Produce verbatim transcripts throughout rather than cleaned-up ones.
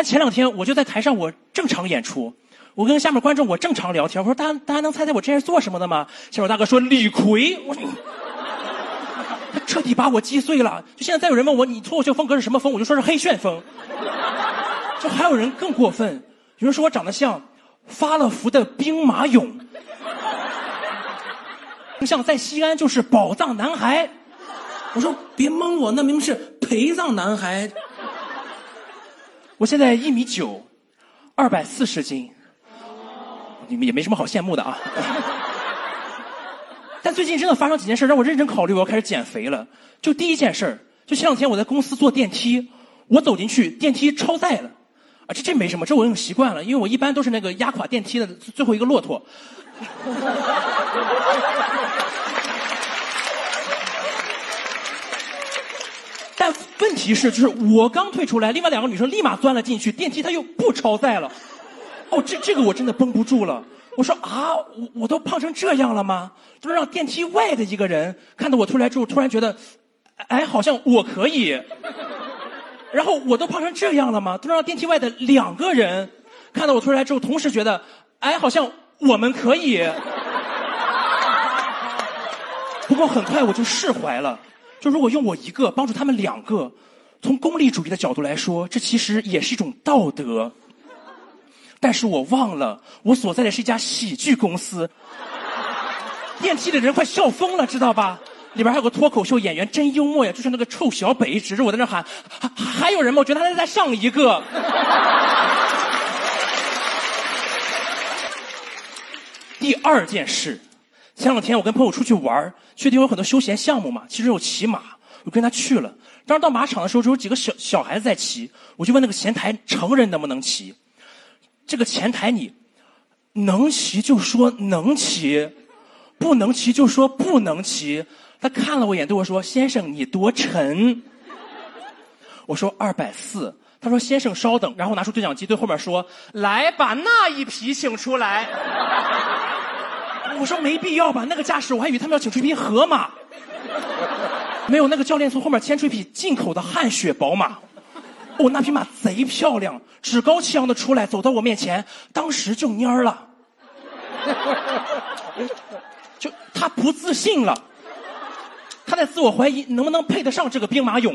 前两天我就在台上，我正常演出，我跟下面观众我正常聊天，我说大家大家能猜猜我之前是做什么的吗？下面大哥说李逵，我他彻底把我击碎了。就现在再有人问我你脱口秀风格是什么风，我就说是黑旋风。就还有人更过分，有人说我长得像发了福的兵马俑，像在西安就是宝藏男孩。我说别蒙我，那明明是陪葬男孩。我现在一米九，二百四十斤，你们也没什么好羡慕的啊。但最近真的发生几件事让我认真考虑，我要开始减肥了。就第一件事，就前两天我在公司坐电梯，我走进去，电梯超载了。啊，这这没什么，这我已经习惯了，因为我一般都是那个压垮电梯的最后一个骆驼。但问题是，就是我刚退出来，另外两个女生立马钻了进去，电梯它又不超载了。哦，这这个我真的绷不住了。我说啊，我我都胖成这样了吗？就是让电梯外的一个人看到我出来之后，突然觉得，哎，好像我可以。然后我都胖成这样了吗？都让电梯外的两个人看到我出来之后，同时觉得，哎，好像我们可以。不过很快我就释怀了。就如果用我一个帮助他们两个，从功利主义的角度来说，这其实也是一种道德。但是我忘了，我所在的是一家喜剧公司，电梯的人快笑疯了，知道吧？里边还有个脱口秀演员，真幽默呀，就是那个臭小北，指着我在那喊，还还有人吗？我觉得他在再上一个。第二件事。前两天我跟朋友出去玩，去的地方有很多休闲项目嘛，其中有骑马，我跟他去了。当时到马场的时候，只有几个小小孩子在骑，我就问那个前台成人能不能骑。这个前台你能骑就说能骑，不能骑就说不能骑。他看了我一眼，对我说：“先生，你多沉？”我说二百四。他说：“先生稍等。”然后拿出对讲机对后面说：“来，把那一匹请出来。”我说没必要吧，那个架势我还以为他们要请出一匹河马。没有，那个教练从后面牵出一匹进口的汗血宝马。哦，那匹马贼漂亮，趾高气扬的出来，走到我面前，当时就蔫儿了。就他不自信了，他在自我怀疑能不能配得上这个兵马俑。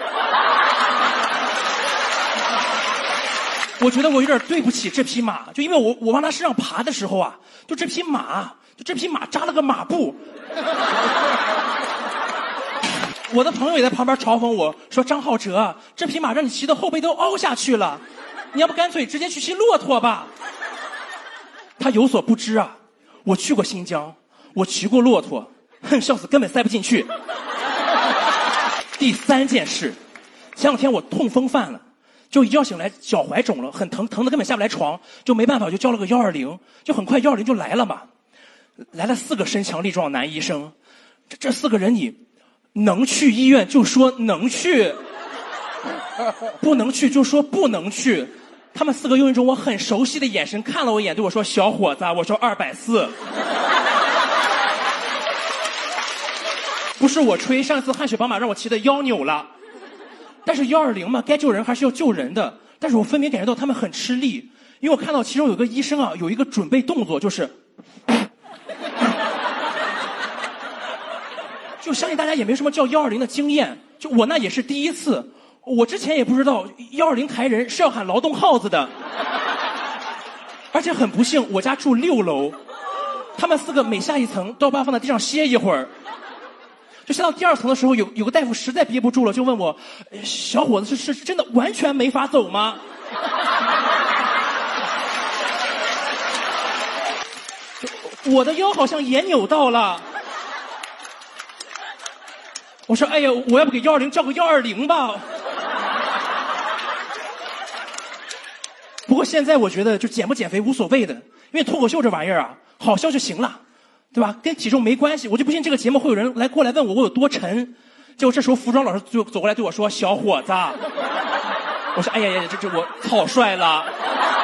我觉得我有点对不起这匹马，就因为我我往他身上爬的时候啊，就这匹马，就这匹马扎了个马步。我的朋友也在旁边嘲讽我说：“张浩哲，这匹马让你骑的后背都凹下去了，你要不干脆直接去骑骆驼吧？”他有所不知啊，我去过新疆，我骑过骆驼，哼，笑死，根本塞不进去。第三件事，前两天我痛风犯了。就一觉醒来脚踝肿了，很疼，疼的根本下不来床，就没办法就叫了个一二零，就很快一二零就来了嘛。来了四个身强力壮男医生，这这四个人你能去医院就说能去，不能去就说不能去。他们四个用一种我很熟悉的眼神看了我一眼，对我说：“小伙子，我说二百四。”不是我吹，上次汗血宝马让我骑的腰扭了。但是一二零嘛，该救人还是要救人的。但是我分别感觉到他们很吃力，因为我看到其中有个医生啊，有一个准备动作，就是就相信大家也没什么叫一二零的经验，就我那也是第一次，我之前也不知道一二零抬人是要喊劳动号子的。而且很不幸，我家住六楼，他们四个每下一层都要把我放在地上歇一会儿。就下到第二层的时候，有有个大夫实在憋不住了，就问我：“小伙子，是是真的完全没法走吗？”我的腰好像也扭到了。我说：“哎呀，我要不给一二零叫个一二零吧？”不过现在我觉得就减不减肥无所谓的，因为脱口秀这玩意儿啊，好笑就行了。对吧？跟体重没关系，我就不信这个节目会有人来过来问我我有多沉。结果这时候服装老师就走过来对我说：“小伙子。”我说：“哎呀呀，这这我草率了。”